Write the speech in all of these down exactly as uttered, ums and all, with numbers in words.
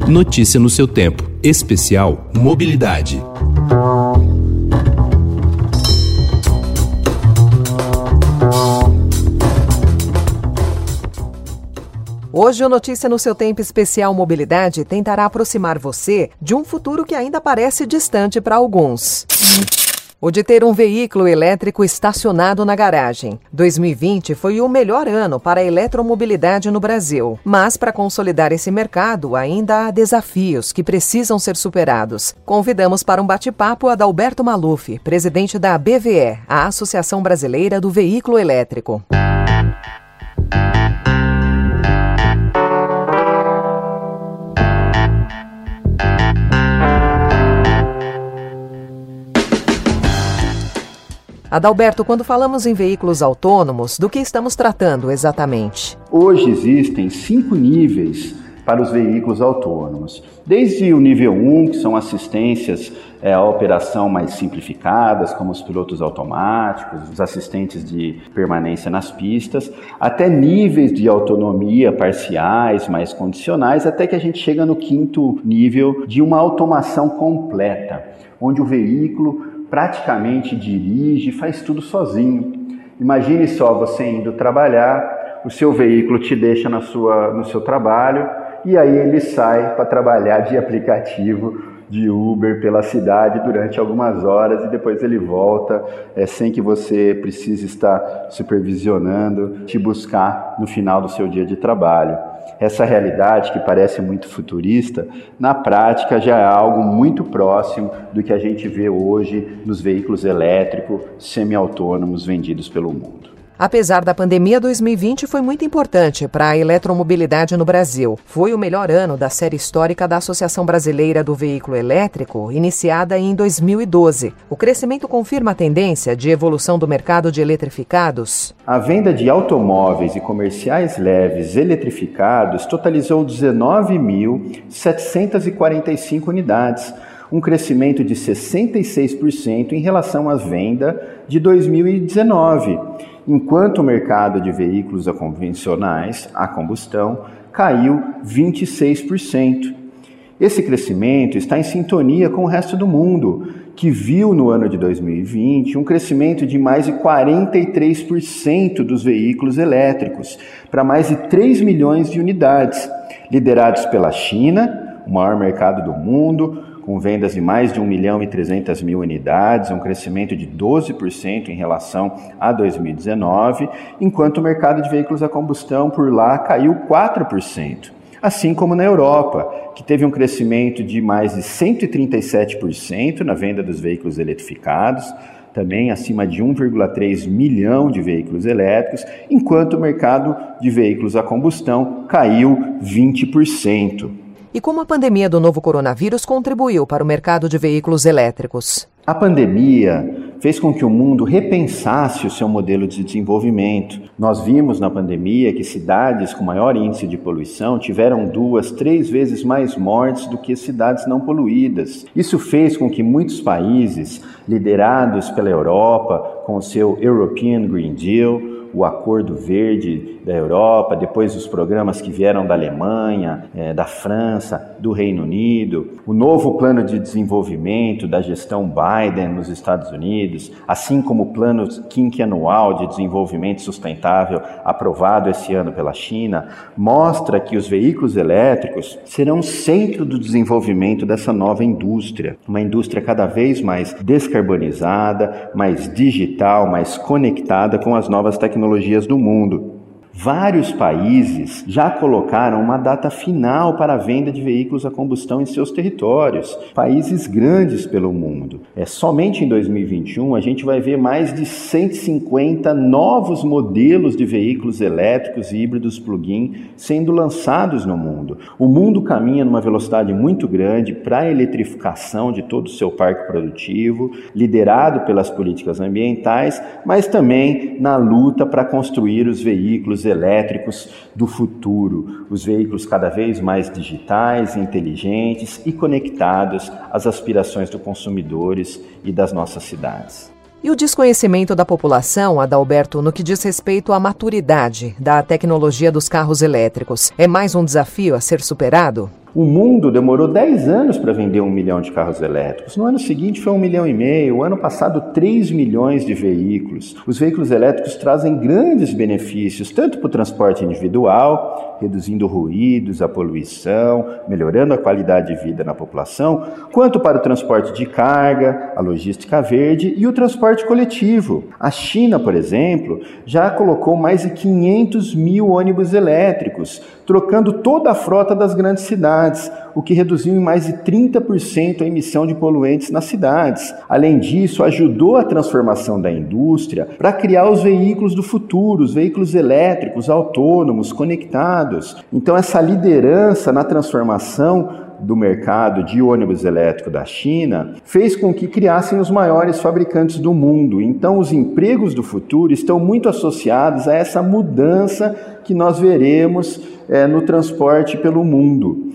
Notícia no seu tempo. Especial Mobilidade. Hoje o Notícia no seu Tempo Especial Mobilidade tentará aproximar você de um futuro que ainda parece distante para alguns. O de ter um veículo elétrico estacionado na garagem. dois mil e vinte foi o melhor ano para a eletromobilidade no Brasil. Mas para consolidar esse mercado, ainda há desafios que precisam ser superados. Convidamos para um bate-papo Adalberto Maluf, presidente da A B V E, a Associação Brasileira do Veículo Elétrico. Adalberto, quando falamos em veículos autônomos, do que estamos tratando exatamente? Hoje existem cinco níveis para os veículos autônomos. Desde o nível um, que são assistências é, à operação mais simplificadas, como os pilotos automáticos, os assistentes de permanência nas pistas, até níveis de autonomia parciais, mais condicionais, até que a gente chega no quinto nível de uma automação completa, onde o veículo praticamente dirige, faz tudo sozinho. Imagine só você indo trabalhar, o seu veículo te deixa na sua, no seu trabalho e aí ele sai para trabalhar de aplicativo de Uber pela cidade durante algumas horas e depois ele volta é, sem que você precise estar supervisionando, te buscar no final do seu dia de trabalho. Essa realidade, que parece muito futurista, na prática já é algo muito próximo do que a gente vê hoje nos veículos elétricos semi-autônomos vendidos pelo mundo. Apesar da pandemia, dois mil e vinte foi muito importante para a eletromobilidade no Brasil. Foi o melhor ano da série histórica da Associação Brasileira do Veículo Elétrico, iniciada em dois mil e doze. O crescimento confirma a tendência de evolução do mercado de eletrificados? A venda de automóveis e comerciais leves eletrificados totalizou dezenove mil setecentas e quarenta e cinco unidades, um crescimento de sessenta e seis por cento em relação à venda de dois mil e dezenove. Enquanto o mercado de veículos convencionais a combustão caiu vinte e seis por cento. Esse crescimento está em sintonia com o resto do mundo, que viu no ano de dois mil e vinte um crescimento de mais de quarenta e três por cento dos veículos elétricos, para mais de três milhões de unidades, liderados pela China, o maior mercado do mundo, com vendas de mais de um milhão e trezentas mil unidades, um crescimento de doze por cento em relação a dois mil e dezenove, enquanto o mercado de veículos a combustão por lá caiu quatro por cento. Assim como na Europa, que teve um crescimento de mais de cento e trinta e sete por cento na venda dos veículos eletrificados, também acima de um vírgula três milhão de veículos elétricos, enquanto o mercado de veículos a combustão caiu vinte por cento. E como a pandemia do novo coronavírus contribuiu para o mercado de veículos elétricos? A pandemia fez com que o mundo repensasse o seu modelo de desenvolvimento. Nós vimos na pandemia que cidades com maior índice de poluição tiveram duas, três vezes mais mortes do que cidades não poluídas. Isso fez com que muitos países, liderados pela Europa, com o seu European Green Deal, o Acordo Verde da Europa, depois os programas que vieram da Alemanha, é, da França, do Reino Unido, o novo plano de desenvolvimento da gestão Biden nos Estados Unidos, assim como o plano quinquenal de desenvolvimento sustentável aprovado esse ano pela China, mostra que os veículos elétricos serão o centro do desenvolvimento dessa nova indústria, uma indústria cada vez mais descarbonizada, mais digital, mais conectada com as novas tecnologias tecnologias do mundo. Vários países já colocaram uma data final para a venda de veículos a combustão em seus territórios, países grandes pelo mundo. É, somente em dois mil e vinte e um a gente vai ver mais de cento e cinquenta novos modelos de veículos elétricos e híbridos plug-in sendo lançados no mundo. O mundo caminha numa velocidade muito grande para a eletrificação de todo o seu parque produtivo, liderado pelas políticas ambientais, mas também na luta para construir os veículos elétricos do futuro, os veículos cada vez mais digitais, inteligentes e conectados às aspirações dos consumidores e das nossas cidades. E o desconhecimento da população, Adalberto, no que diz respeito à maturidade da tecnologia dos carros elétricos, é mais um desafio a ser superado? O mundo demorou dez anos para vender um milhão de carros elétricos. No ano seguinte foi um milhão e meio, o ano passado três milhões de veículos. Os veículos elétricos trazem grandes benefícios, tanto para o transporte individual, reduzindo ruídos, a poluição, melhorando a qualidade de vida na população, quanto para o transporte de carga, a logística verde e o transporte coletivo. A China, por exemplo, já colocou mais de quinhentos mil ônibus elétricos, trocando toda a frota das grandes cidades, o que reduziu em mais de trinta por cento a emissão de poluentes nas cidades. Além disso, ajudou a transformação da indústria para criar os veículos do futuro, os veículos elétricos, autônomos, conectados. Então, essa liderança na transformação do mercado de ônibus elétrico da China fez com que criassem os maiores fabricantes do mundo. Então, os empregos do futuro estão muito associados a essa mudança que nós veremos é, no transporte pelo mundo.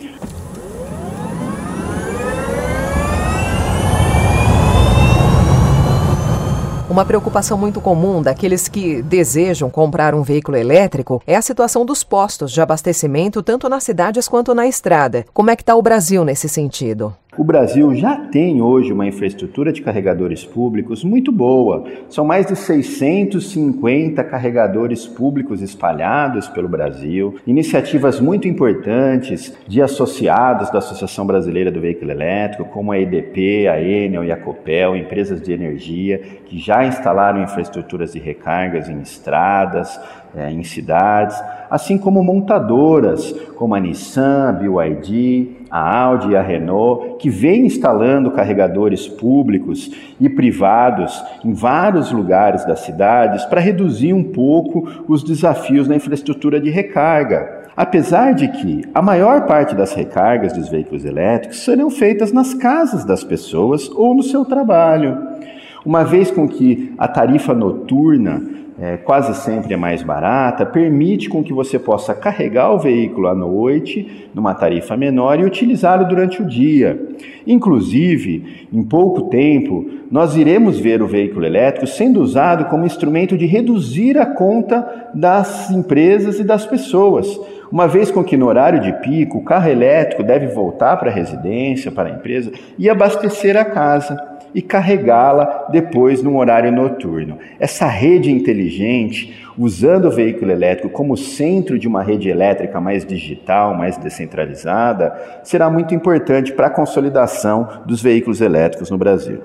Uma preocupação muito comum daqueles que desejam comprar um veículo elétrico é a situação dos postos de abastecimento tanto nas cidades quanto na estrada. Como é que está o Brasil nesse sentido? O Brasil já tem hoje uma infraestrutura de carregadores públicos muito boa. São mais de seiscentos e cinquenta carregadores públicos espalhados pelo Brasil. Iniciativas muito importantes de associados da Associação Brasileira do Veículo Elétrico, como a E D P, a Enel e a Copel, empresas de energia que já instalaram infraestruturas de recargas em estradas, é, em cidades, assim como montadoras como a Nissan, a B Y D, a Audi e a Renault, que vem instalando carregadores públicos e privados em vários lugares das cidades para reduzir um pouco os desafios na infraestrutura de recarga. Apesar de que a maior parte das recargas dos veículos elétricos serão feitas nas casas das pessoas ou no seu trabalho, uma vez com que a tarifa noturna É, quase sempre é mais barata, permite com que você possa carregar o veículo à noite, numa tarifa menor, e utilizá-lo durante o dia. Inclusive, em pouco tempo, nós iremos ver o veículo elétrico sendo usado como instrumento de reduzir a conta das empresas e das pessoas, uma vez com que no horário de pico, o carro elétrico deve voltar para a residência, para a empresa, e abastecer a casa e carregá-la depois no horário noturno. Essa rede inteligente, usando o veículo elétrico como centro de uma rede elétrica mais digital, mais descentralizada, será muito importante para a consolidação dos veículos elétricos no Brasil.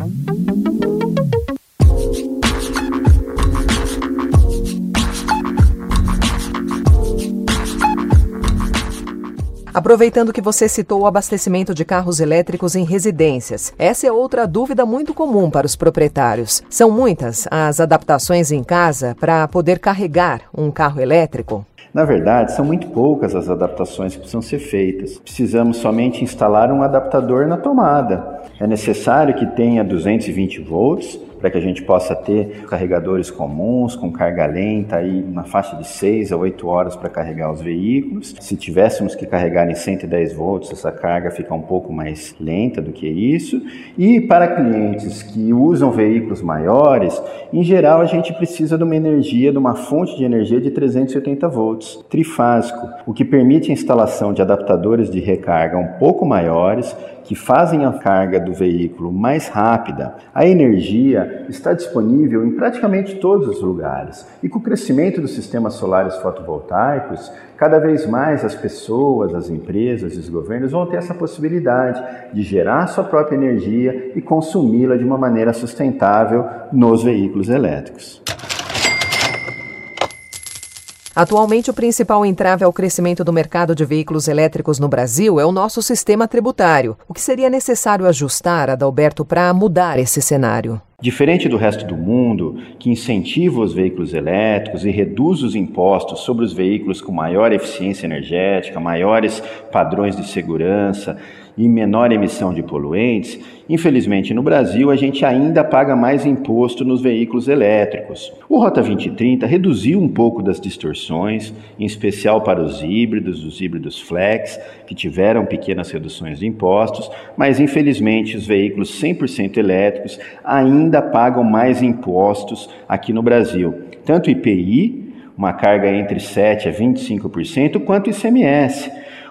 Aproveitando que você citou o abastecimento de carros elétricos em residências, essa é outra dúvida muito comum para os proprietários. São muitas as adaptações em casa para poder carregar um carro elétrico? Na verdade, são muito poucas as adaptações que precisam ser feitas. Precisamos somente instalar um adaptador na tomada. É necessário que tenha duzentos e vinte volts, para que a gente possa ter carregadores comuns, com carga lenta, aí na faixa de seis a oito horas para carregar os veículos. Se tivéssemos que carregar em cento e dez volts, essa carga fica um pouco mais lenta do que isso. E para clientes que usam veículos maiores, em geral a gente precisa de uma energia, de uma fonte de energia de trezentos e oitenta volts, trifásico, o que permite a instalação de adaptadores de recarga um pouco maiores, que fazem a carga do veículo mais rápida. A energia está disponível em praticamente todos os lugares. E com o crescimento dos sistemas solares fotovoltaicos, cada vez mais as pessoas, as empresas e os governos vão ter essa possibilidade de gerar sua própria energia e consumi-la de uma maneira sustentável nos veículos elétricos. Atualmente, o principal entrave ao crescimento do mercado de veículos elétricos no Brasil é o nosso sistema tributário. O que seria necessário ajustar, Adalberto, para mudar esse cenário? Diferente do resto do mundo, que incentiva os veículos elétricos e reduz os impostos sobre os veículos com maior eficiência energética, maiores padrões de segurança e menor emissão de poluentes, infelizmente no Brasil a gente ainda paga mais imposto nos veículos elétricos. O Rota vinte trinta reduziu um pouco das distorções, em especial para os híbridos, os híbridos flex, que tiveram pequenas reduções de impostos, mas infelizmente os veículos cem por cento elétricos ainda pagam mais impostos aqui no Brasil, tanto I P I, uma carga entre sete por cento a vinte e cinco por cento, quanto I C M S.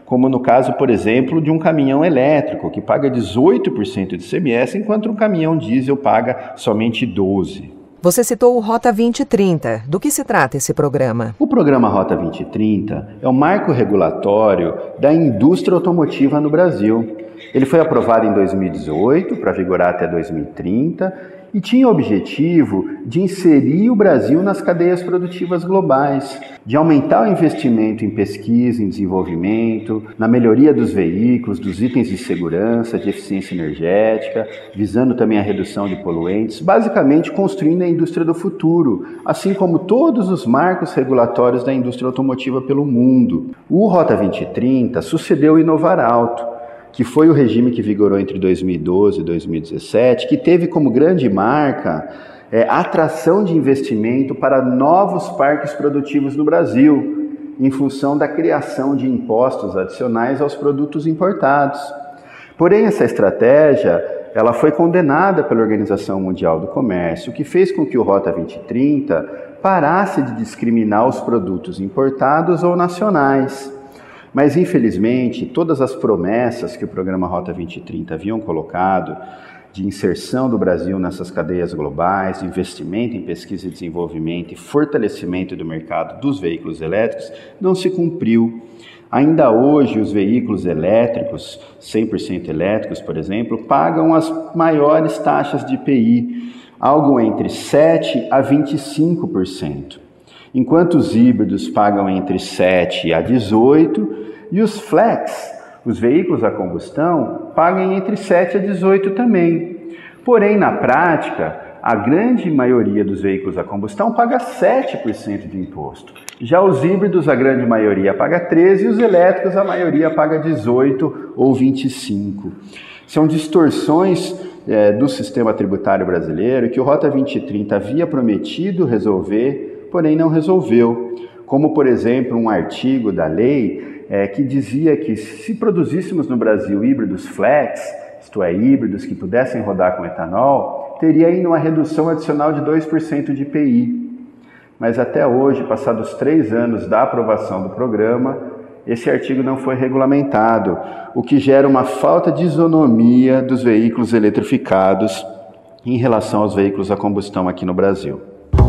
como no caso, por exemplo, de um caminhão elétrico, que paga dezoito por cento de I C M S, enquanto um caminhão diesel paga somente doze por cento. Você citou o Rota vinte trinta. Do que se trata esse programa? O programa Rota vinte trinta é o marco regulatório da indústria automotiva no Brasil. Ele foi aprovado em dois mil e dezoito, para vigorar até dois mil e trinta, e tinha o objetivo de inserir o Brasil nas cadeias produtivas globais, de aumentar o investimento em pesquisa, em desenvolvimento, na melhoria dos veículos, dos itens de segurança, de eficiência energética, visando também a redução de poluentes, basicamente construindo a indústria do futuro, assim como todos os marcos regulatórios da indústria automotiva pelo mundo. O Rota vinte trinta sucedeu o Inovar Alto, que foi o regime que vigorou entre dois mil e doze e dois mil e dezessete, que teve como grande marca é, a atração de investimento para novos parques produtivos no Brasil, em função da criação de impostos adicionais aos produtos importados. Porém, essa estratégia ela foi condenada pela Organização Mundial do Comércio, o que fez com que o Rota vinte trinta parasse de discriminar os produtos importados ou nacionais. Mas, infelizmente, todas as promessas que o programa Rota vinte trinta haviam colocado de inserção do Brasil nessas cadeias globais, de investimento em pesquisa e desenvolvimento e fortalecimento do mercado dos veículos elétricos, não se cumpriu. Ainda hoje, os veículos elétricos, cem por cento elétricos, por exemplo, pagam as maiores taxas de I P I, algo entre sete por cento a vinte e cinco por cento. Enquanto os híbridos pagam entre sete a dezoito por cento e os flex, os veículos a combustão, pagam entre sete a dezoito por cento também. Porém, na prática, a grande maioria dos veículos a combustão paga sete por cento de imposto. Já os híbridos, a grande maioria paga treze por cento e os elétricos, a maioria paga dezoito por cento ou vinte e cinco por cento. São distorções é, do sistema tributário brasileiro que o Rota vinte trinta havia prometido resolver, porém não resolveu, como, por exemplo, um artigo da lei é, que dizia que se produzíssemos no Brasil híbridos flex, isto é, híbridos que pudessem rodar com etanol, teria ainda uma redução adicional de dois por cento de I P I. Mas até hoje, passados três anos da aprovação do programa, esse artigo não foi regulamentado, o que gera uma falta de isonomia dos veículos eletrificados em relação aos veículos a combustão aqui no Brasil.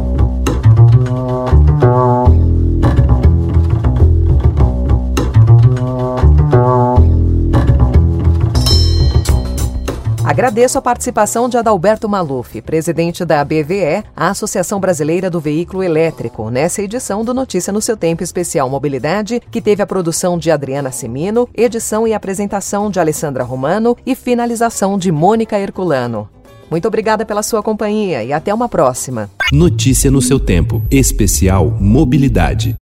Agradeço a participação de Adalberto Maluf, presidente da A B V E, a Associação Brasileira do Veículo Elétrico, nessa edição do Notícia no seu Tempo Especial Mobilidade, que teve a produção de Adriana Semino, edição e apresentação de Alessandra Romano e finalização de Mônica Herculano. Muito obrigada pela sua companhia e até uma próxima. Notícia no seu Tempo Especial Mobilidade.